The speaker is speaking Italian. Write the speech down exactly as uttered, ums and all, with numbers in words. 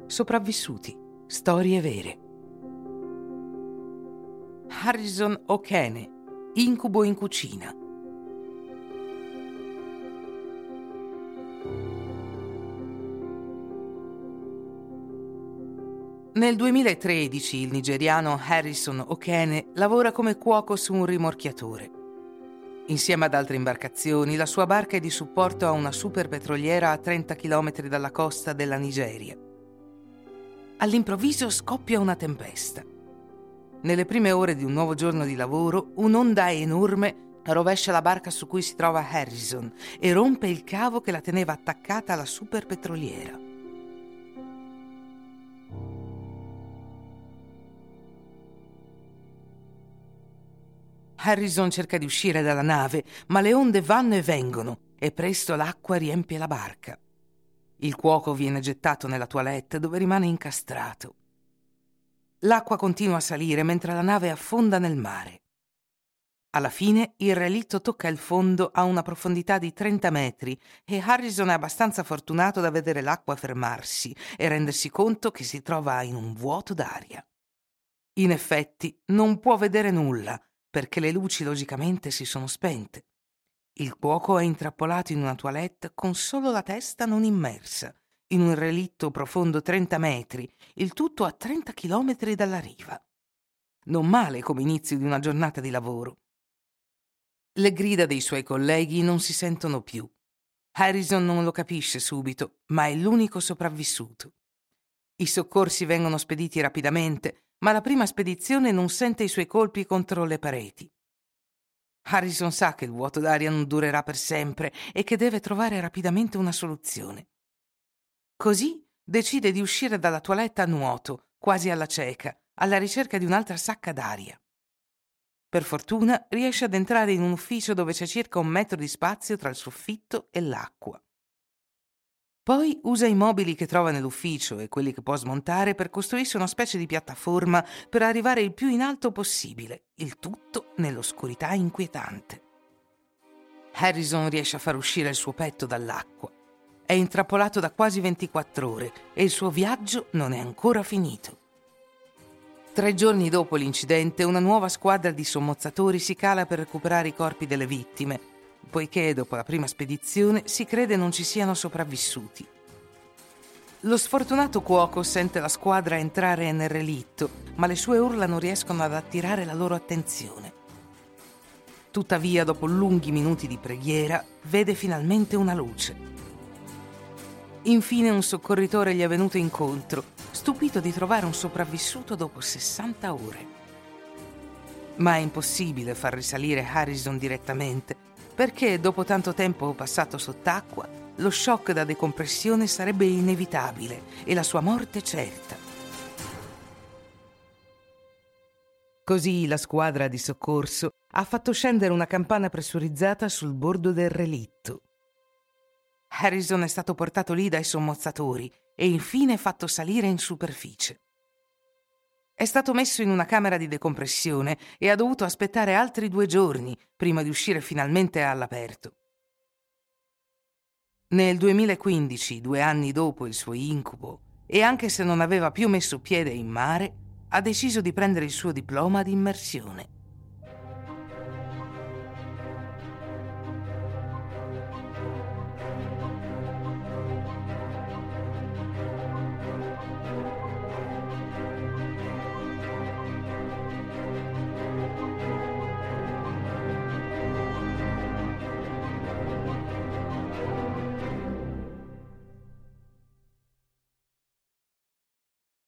Sopravvissuti, storie vere. Harrison O'Kane, incubo in cucina. Nel duemilatredici il nigeriano Harrison O'Kane lavora come cuoco su un rimorchiatore. Insieme ad altre imbarcazioni, la sua barca è di supporto a una superpetroliera a trenta chilometri dalla costa della Nigeria. All'improvviso scoppia una tempesta. Nelle prime ore di un nuovo giorno di lavoro, un'onda enorme rovescia la barca su cui si trova Harrison e rompe il cavo che la teneva attaccata alla superpetroliera. Harrison cerca di uscire dalla nave, ma le onde vanno e vengono e presto l'acqua riempie la barca. Il cuoco viene gettato nella toilette dove rimane incastrato. L'acqua continua a salire mentre la nave affonda nel mare. Alla fine il relitto tocca il fondo a una profondità di trenta metri e Harrison è abbastanza fortunato da vedere l'acqua fermarsi e rendersi conto che si trova in un vuoto d'aria. In effetti non può vedere nulla perché le luci logicamente si sono spente. Il cuoco è intrappolato in una toilette con solo la testa non immersa, in un relitto profondo trenta metri, il tutto a trenta chilometri dalla riva. Non male come inizio di una giornata di lavoro. Le grida dei suoi colleghi non si sentono più. Harrison non lo capisce subito, ma è l'unico sopravvissuto. I soccorsi vengono spediti rapidamente, ma la prima spedizione non sente i suoi colpi contro le pareti. Harrison sa che il vuoto d'aria non durerà per sempre e che deve trovare rapidamente una soluzione. Così decide di uscire dalla toilette a nuoto, quasi alla cieca, alla ricerca di un'altra sacca d'aria. Per fortuna riesce ad entrare in un ufficio dove c'è circa un metro di spazio tra il soffitto e l'acqua. Poi usa i mobili che trova nell'ufficio e quelli che può smontare per costruirsi una specie di piattaforma per arrivare il più in alto possibile, il tutto nell'oscurità inquietante. Harrison riesce a far uscire il suo petto dall'acqua. È intrappolato da quasi ventiquattro ore e il suo viaggio non è ancora finito. Tre giorni dopo l'incidente, una nuova squadra di sommozzatori si cala per recuperare i corpi delle vittime, poiché dopo la prima spedizione si crede non ci siano sopravvissuti. Lo sfortunato cuoco sente la squadra entrare nel relitto, ma le sue urla non riescono ad attirare la loro attenzione. Tuttavia, dopo lunghi minuti di preghiera, vede finalmente una luce. Infine un soccorritore gli è venuto incontro, stupito di trovare un sopravvissuto dopo sessanta ore. Ma è impossibile far risalire Harrison direttamente, perché dopo tanto tempo passato sott'acqua, lo shock da decompressione sarebbe inevitabile e la sua morte certa. Così la squadra di soccorso ha fatto scendere una campana pressurizzata sul bordo del relitto. Harrison è stato portato lì dai sommozzatori e infine fatto salire in superficie. È stato messo in una camera di decompressione e ha dovuto aspettare altri due giorni prima di uscire finalmente all'aperto. Nel duemilaquindici, due anni dopo il suo incubo, e anche se non aveva più messo piede in mare, ha deciso di prendere il suo diploma di immersione.